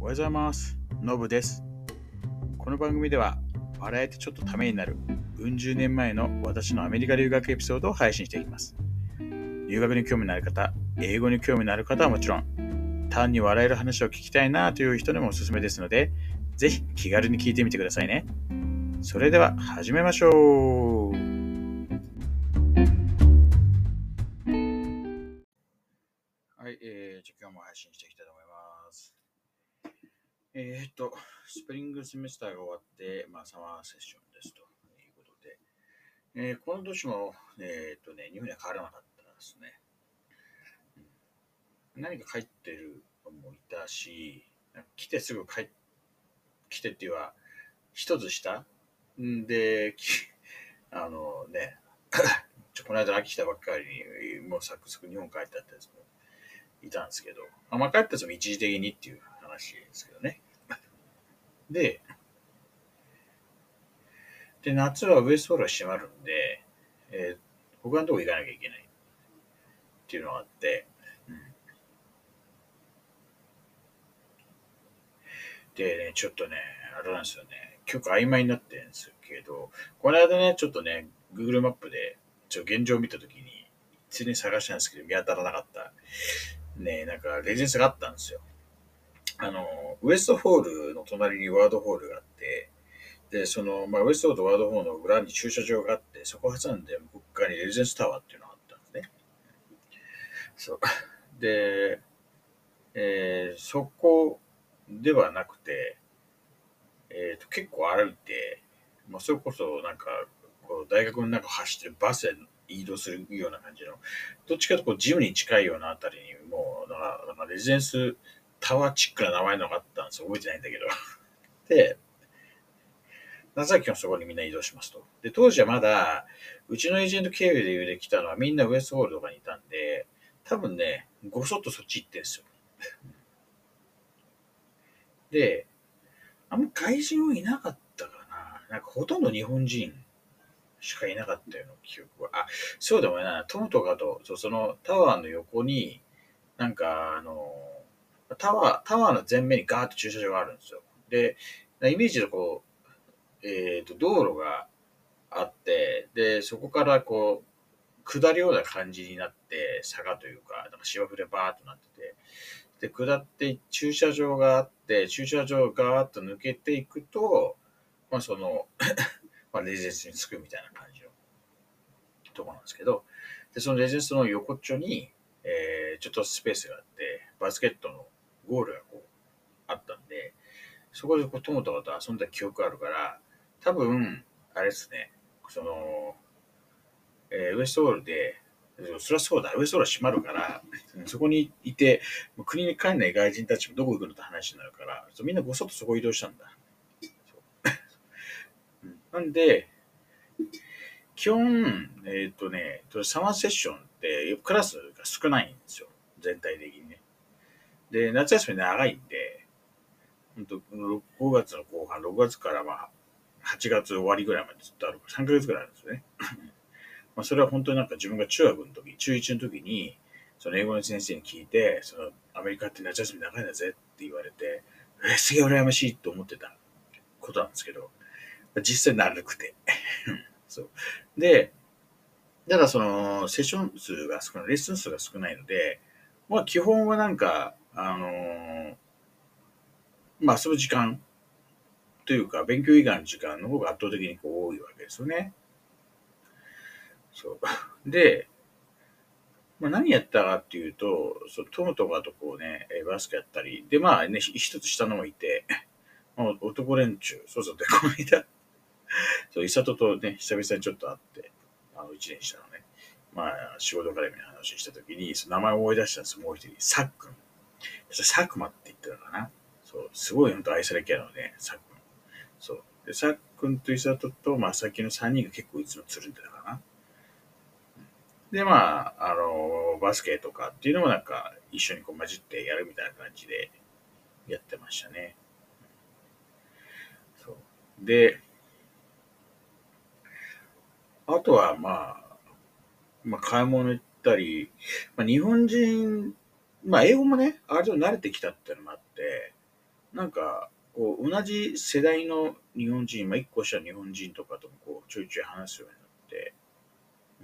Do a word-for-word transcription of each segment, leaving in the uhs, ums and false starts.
おはようございます。のぶです。この番組では笑えてちょっとためになるうん十年前の私のアメリカ留学エピソードを配信していきます。留学に興味のある方、英語に興味のある方はもちろん、単に笑える話を聞きたいなという人にもおすすめですので、ぜひ気軽に聞いてみてくださいね。それでは始めましょう。はい、えー、じゃあ今日も配信していきたいと思います。えー、っと、スプリングセメスターが終わって、まあ、サマーセッションですということで、えー、この年も、えー、っとね、日本には変わらなかったですね。うん、何か帰ってる子もいたし、来てすぐ帰って来てっていうは、一つ下んで、あのね、ちょこの間秋来たばっかりに、もうサクサク日本帰ったってやつもいたんですけど、まあ、帰ったやつも一時的にっていう話ですけどね。で、で夏はウエストホールが閉まるんで、えー、他のとこ行かなきゃいけないっていうのがあって、うん、でね、ちょっとね、あれなんですよね、結構曖昧になってるんですけど、この間ね、ちょっとね、Google マップでちょ現状を見たときに、常に探したんですけど、見当たらなかった、ね、なんかレジェンスがあったんですよ。あの、ウエストホールの隣にワードホールがあって、で、その、まあ、ウエストホールとワードホールの裏に駐車場があって、そこを挟んで向こう側にレジデンスタワーっていうのがあったんですね。そう。で、えーそこではなくて、えーと、結構歩いて、まあ、それこそなんか、こう大学の中を走ってるバスで移動するような感じの、どっちかというとこうジムに近いようなあたりに、もう、なんか、なんかレジデンスタワーチックな名前のがあったんですよ。覚えてないんだけど。で、夏は基本そこにみんな移動しますと。で、当時はまだ、うちのエージェント経由で来たのはみんなウエストホールとかにいたんで、多分ね、ごそっとそっち行ってんですよ。で、あんま外人はいなかったかな。なんかほとんど日本人しかいなかったような記憶は。あ、そうでもないな。トムとかと、そそのタワーの横に、なんかあの、タワー、タワーの前面にガーッと駐車場があるんですよ。で、イメージでこう、えっ、ー、と、道路があって、で、そこからこう、下るような感じになって、坂というか、なんか芝生でバーっとなってて、で、下って駐車場があって、駐車場をガーッと抜けていくと、まあその、まあレジデンスに着くみたいな感じのところなんですけど、で、そのレジデンスの横っちょに、えー、ちょっとスペースがあって、バスケットのゴールがこう、あったんで、そこでこう友とかと遊んだ記憶があるから、多分、あれですね、その、えーウエストホールで、そりゃそうだ、ウエストホールは閉まるから、そこにいて、国に帰んない外人たちもどこ行くのって話になるから、みんなごそっとそこ移動したんだ。なんで、基本、えっ、ー、とね、サマーセッションってクラスが少ないんですよ。全体的にね。で、夏休み長いんで、ほんとごがつの後半、ろくがつからまあはちがつ終わりぐらいまでずっとある、さんかげつぐらいあるんですよね。まあそれは本当になんか自分が中学の時、中いちの時に、その英語の先生に聞いて、そのアメリカって夏休み長いんだぜって言われて、え、すげえ羨ましいと思ってたことなんですけど、実際長くて。そう。で、ただその、セッション数が少ない、レッスン数が少ないので、まあ基本はなんか、あのーまあ遊ぶ時間というか、勉強以外の時間の方が圧倒的にこう多いわけですよね。そう。で、まあ、何やったかっていうと、そうトムとかとこうね、バスケやったり、で、まあね、一つ下のもいて、男連中、そうそう、で、この間、そう、イサトとね、久々にちょっと会って、あの、一年下のね、まあ、仕事絡みの話したときに、その名前を思い出したんです、もう一人、サックン。サクマって言ってたのかな。そう、すごい本当愛されキャラのね、サックン。そう。で、サックンとイサトと、まあ、さっきのさんにんが結構いつもつるんでたかな。で、まあ、あの、バスケとかっていうのもなんか、一緒にこう混じってやるみたいな感じでやってましたね。そう。で、あとはまあ、まあ、買い物行ったり、まあ、日本人、まあ、英語もね、ある程度慣れてきたっていうのもあって、 なんか、こう、同じ世代の日本人、まあ、一個下の日本人とかともこう、ちょいちょい話すようになって、うん、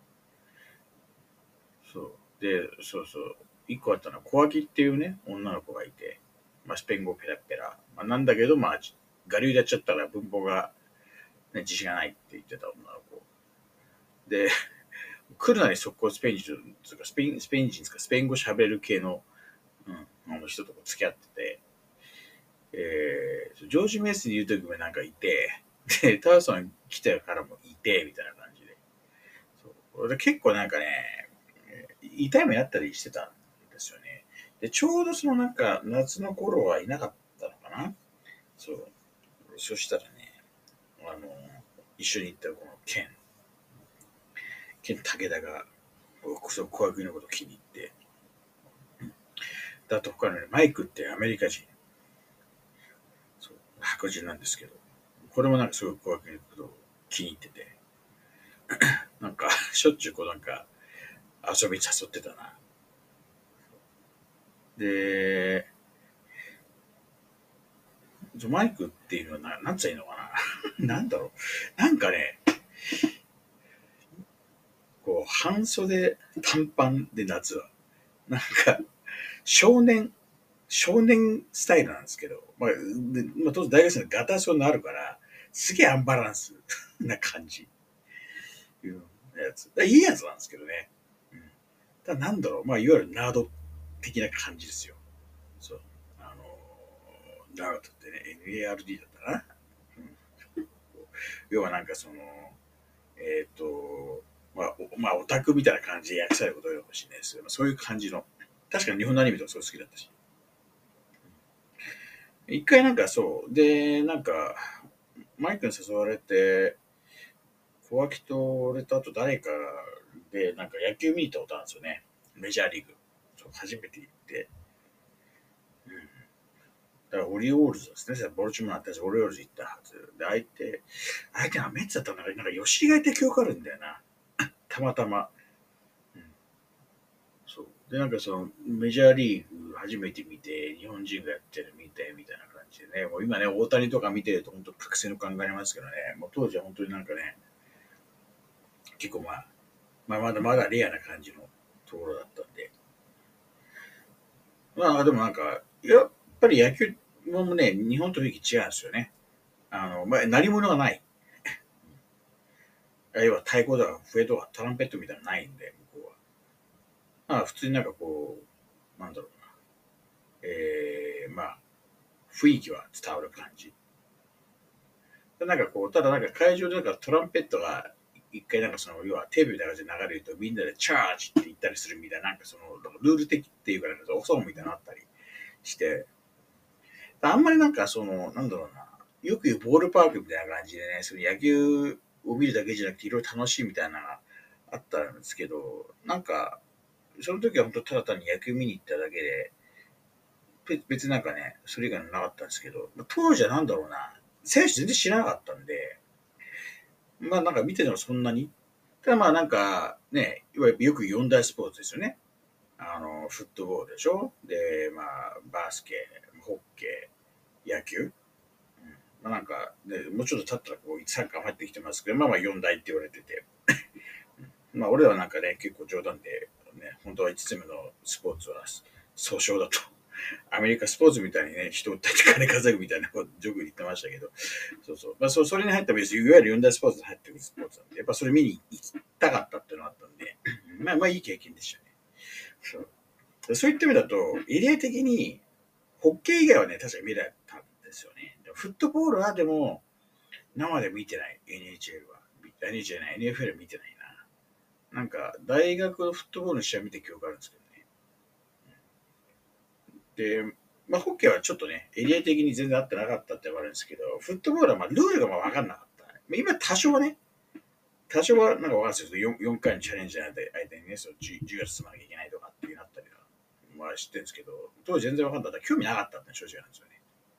そう。で、そうそう。一個あったのは、小脇っていうね、女の子がいて、まあ、スペイン語ペラペラ。まあ、なんだけど、まあ、我流でやっちゃったら文法が、ね、自信がないって言ってた女の子。で、来るなり速攻スペイン人とか、スペイン、スペイン人ですか、スペイン語喋れる系の、うん、あの人と付き合ってて、えー、ジョージ・メイスに言う時もなんかいて、で、タワソン来てからもいて、みたいな感じで。そうで結構なんかね、痛い目あったりしてたんですよね。で、ちょうどそのなんか、夏の頃はいなかったのかな。そう。そしたらね、あの、一緒に行ったこのケン、ケン武田が、そう小涌のこと気に入って、であと他のね、マイクってアメリカ人、そう白人なんですけど、これもなんかすごい小涌のことを気に入ってて、なんか、しょっちゅうこうなんか、遊び誘ってたな。で、マイクっていうのはな、なんつったらいいのかな。なんだろう。なんかね、こう、半袖短パンで夏は。なんか、少年、少年スタイルなんですけど、まあ、でまあ、当然大学生のガタソになるから、すげえアンバランスな感じ。いうやつ。いいやつなんですけどね。うん、ただなんだろう、まあ、いわゆるナード的な感じですよ。そう。あのー、ナードってね、エヌエーアールディー だったかな。うん、要はなんかその、えっ、ー、と、まあ、おまあ、オタクみたいな感じで訳されることかもしれないですけど、そういう感じの、確かに日本のアニメとかそう好きだったし。一回なんかそう、で、なんか、マイクに誘われて、小脇と俺とあと誰かで、なんか野球見に行ったことあるんですよね。メジャーリーグ。初めて行って。うん。だからオリオールズですね。ボルチモアったし、オリオールズ行ったはず。で、相手、相手はメッツだったんだから、なんか吉井がいた記憶あるんだよな。たまたま。うん。そう。で、なんかその、メジャーリーグ初めて見て、日本人がやってる見て、みたいな感じでね。もう今ね、大谷とか見てると、本当覚醒の考えますけどね。もう当時は本当になんかね、結構まあ、まあまだまだレアな感じのところだったんで。まあでもなんか、やっぱり野球もね、日本と雰囲気違うんですよね。あの、まあ、鳴り物がない。要は太鼓とか笛とかトランペットみたいなのないんで、向こうは。まあ普通になんかこう、なんだろうな。えー、まあ、雰囲気は伝わる感じ。なんかこう、ただなんか会場でなんかトランペットが一回なんかその、要はテレビみたいな感じで流れるとみんなでチャージって言ったりするみたいな、なんかその、ルール的っていうかなんかお損みたいなのあったりして、あんまりなんかその、なんだろうな、よく言うボールパークみたいな感じでね、その野球を見るだけじゃなくていろいろ楽しいみたいなのがあったんですけど、なんか、その時は本当ただ単に野球見に行っただけで、別になんかね、それ以外のなかったんですけど、当時はなんだろうな、選手全然知らなかったんで、まあなんか見ててもそんなに。ただまあなんかね、いわゆるよく四大スポーツですよね。あの、フットボールでしょ。で、まあ、バスケ、ホッケー、野球。まあなんか、ね、もうちょっと経ったらこう、サッカー入ってきてますけど、まあまあ四大って言われてて。まあ俺はなんかね、結構冗談で、ね、本当はいつつめのスポーツは総称だと。アメリカスポーツみたいにね、人を訴えて金稼ぐみたいなことジョーク言ってましたけど、そうそう。まあそそれに入った別にいわゆる四大スポーツに入ってくるスポーツなんで、やっぱそれ見に行きたかったっていうのがあったんで、まあまあいい経験でしたね。そうそういった意味だと、エリア的に、ホッケー以外はね、確かに見れたんですよね。フットボールはでも、生で見てない、エヌエイチエル は。エヌエイチエル じゃない、エヌエフエル 見てないな。なんか、大学のフットボールの試合見て記憶あるんですけどね。で、まあ、ホッケーはちょっとね、エリア的に全然合ってなかったって言われるんですけど、フットボールはまあルールがまあ分かんなかった。今多少はね、多少はなんか分かるんですけど、よん, よんかいのチャレンジの間にね、そう 10, じゅうがつ積まなきゃいけないとかっていうなったりは、まあ知ってるんですけど、当時全然分かんなかった。興味なかったって正直なんですよね。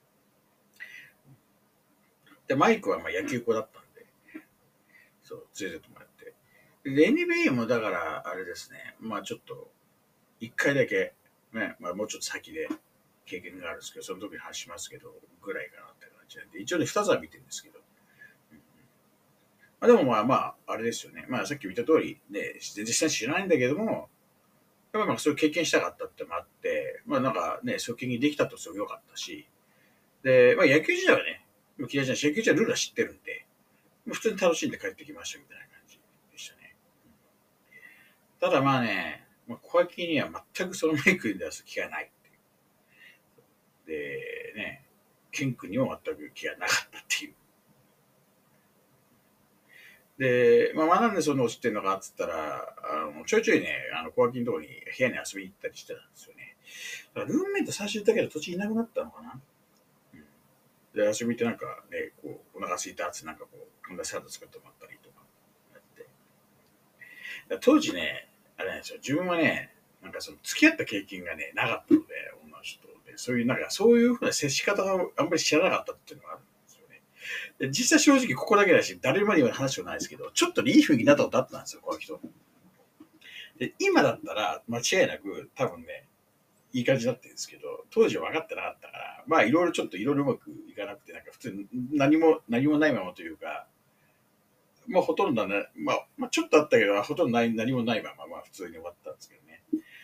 で、マイクはまあ野球子だったんで、そう、連れてってもらって。で、エヌビーエー もだから、あれですね、まあちょっと、一回だけ、ね、まあもうちょっと先で、 経験があるんですけど、その時に話しますけど、ぐらいかなって感じなんで、一応ね、二つは見てるんですけど。うん、まあ、でもまあまあ、あれですよね。まあさっき見た通り、ね、実際知らないんだけども、やっぱりまあそういう経験したかったってのもあって、まあなんかね、そういう経験できたとすごい良かったし、で、まあ野球自体はね、嫌いじゃないし、野球自体はルールは知ってるんで、普通に楽しんで帰ってきましたみたいな感じでしたね。ただまあね、まあ、小脇には全くそのメイクに出す気がないっていう。で、ね、ケン君にも全く気がなかったっていう。で、まあ、なんでそんな落ちてるのかっつったら、あのちょいちょいね、あの小脇のところに部屋に遊びに行ったりしてたんですよね。だからルームメイト最初言ったけど、途中いなくなったのかな。うん、で、遊びってなんかね、こう、お腹空いたっつなんかこう、こんなサラダ作ってもらったりとかやって。当時ね、あれなんですよ、自分はね、なんかその付き合った経験がね、なかったので、女の人で、そういう、なんかそういうふうな接し方があんまり知らなかったっていうのがあるんですよね。で実際正直ここだけだし、誰まで言う話はないですけど、ちょっとね、いい雰囲気になったことあったんですよ、この人。で、今だったら間違いなく多分ね、いい感じだったんですけど、当時は分かってなかったから、まあいろいろちょっといろいろうまくいかなくて、なんか普通に何も、何もないままというか、まあほとんどね、まあ、まあ、ちょっとあったけど、ほとんどない何もないまま、まあ普通に終わったんですけどね。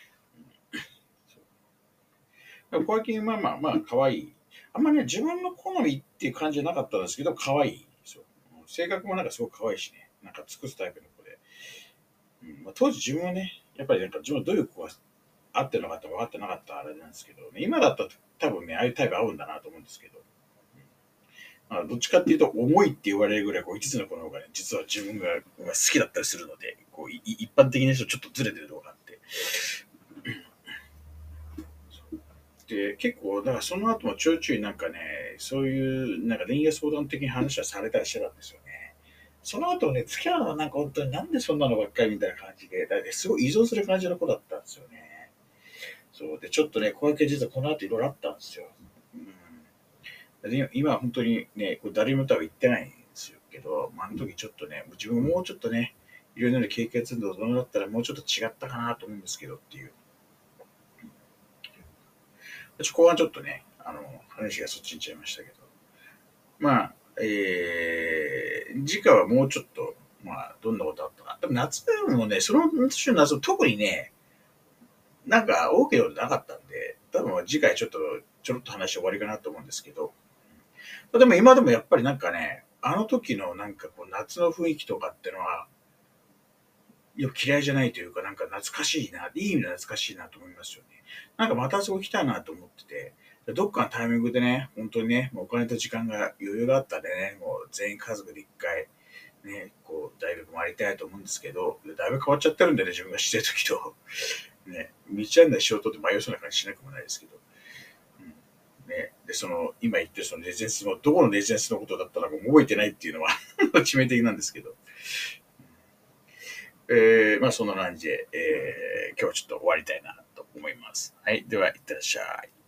そう小脇まあまあまあ可愛い。あんまね、自分の好みっていう感じじゃなかったんですけど、可愛いですよ。性格もなんかすごく可愛いしね。なんか尽くすタイプの子で。うんまあ、当時自分はね、やっぱりなんか自分はどういう子が合ってるのかって分かってなかったあれなんですけど、ね、今だったら多分ね、ああいうタイプ合うんだなと思うんですけど、まあ、どっちかっていうと、重いって言われるぐらい、こう、五つの子の方がね、実は自分が好きだったりするので、こう、一般的な人ちょっとずれてるところがあって。で、結構、だからその後もちょいちょいなんかね、そういう、なんか恋愛相談的な話はされたりしてたんですよね。その後ね、付き合うのはなんか本当になんでそんなのばっかりみたいな感じで、だってすごい依存する感じの子だったんですよね。そう。で、ちょっとね、小分け実はこの後いろいろあったんですよ。うん、で今は本当にね、これ誰もとは言ってないんですよけど、まあ、あの時ちょっとね、自分もうちょっとね、いろいろな経験するのどうだったらもうちょっと違ったかなと思うんですけどっていう。そこはちょっとね、あの、話がそっちに行っちゃいましたけど。まあ、えー、次回はもうちょっと、まあ、どんなことあったか。でも夏もね、その年の夏、特にね、なんか大きなことなかったんで、多分次回ちょっと、ちょろっと話して終わりかなと思うんですけど、でも今でもやっぱりなんかね、あの時のなんかこう夏の雰囲気とかってのは、いや嫌いじゃないというか、なんか懐かしいな、いい意味で懐かしいなと思いますよね。なんかまたそこ来たいなと思ってて、どっかのタイミングでね、本当にね、もうお金と時間が余裕があったんでね、もう全員家族で一回、ね、こう、大学回りたいと思うんですけど、だいぶ変わっちゃってるんでね、自分がしてる時と、ね、道案内しようとって迷いそうな感じしなくもないですけど、うんね、で、その、今言ってるそのレジデンスの、どこのレジデンスのことだったらもう覚えてないっていうのは致命的なんですけど、えー、まあそんな感じで、えー、今日はちょっと終わりたいなと思います。はい。では、いってらっしゃい。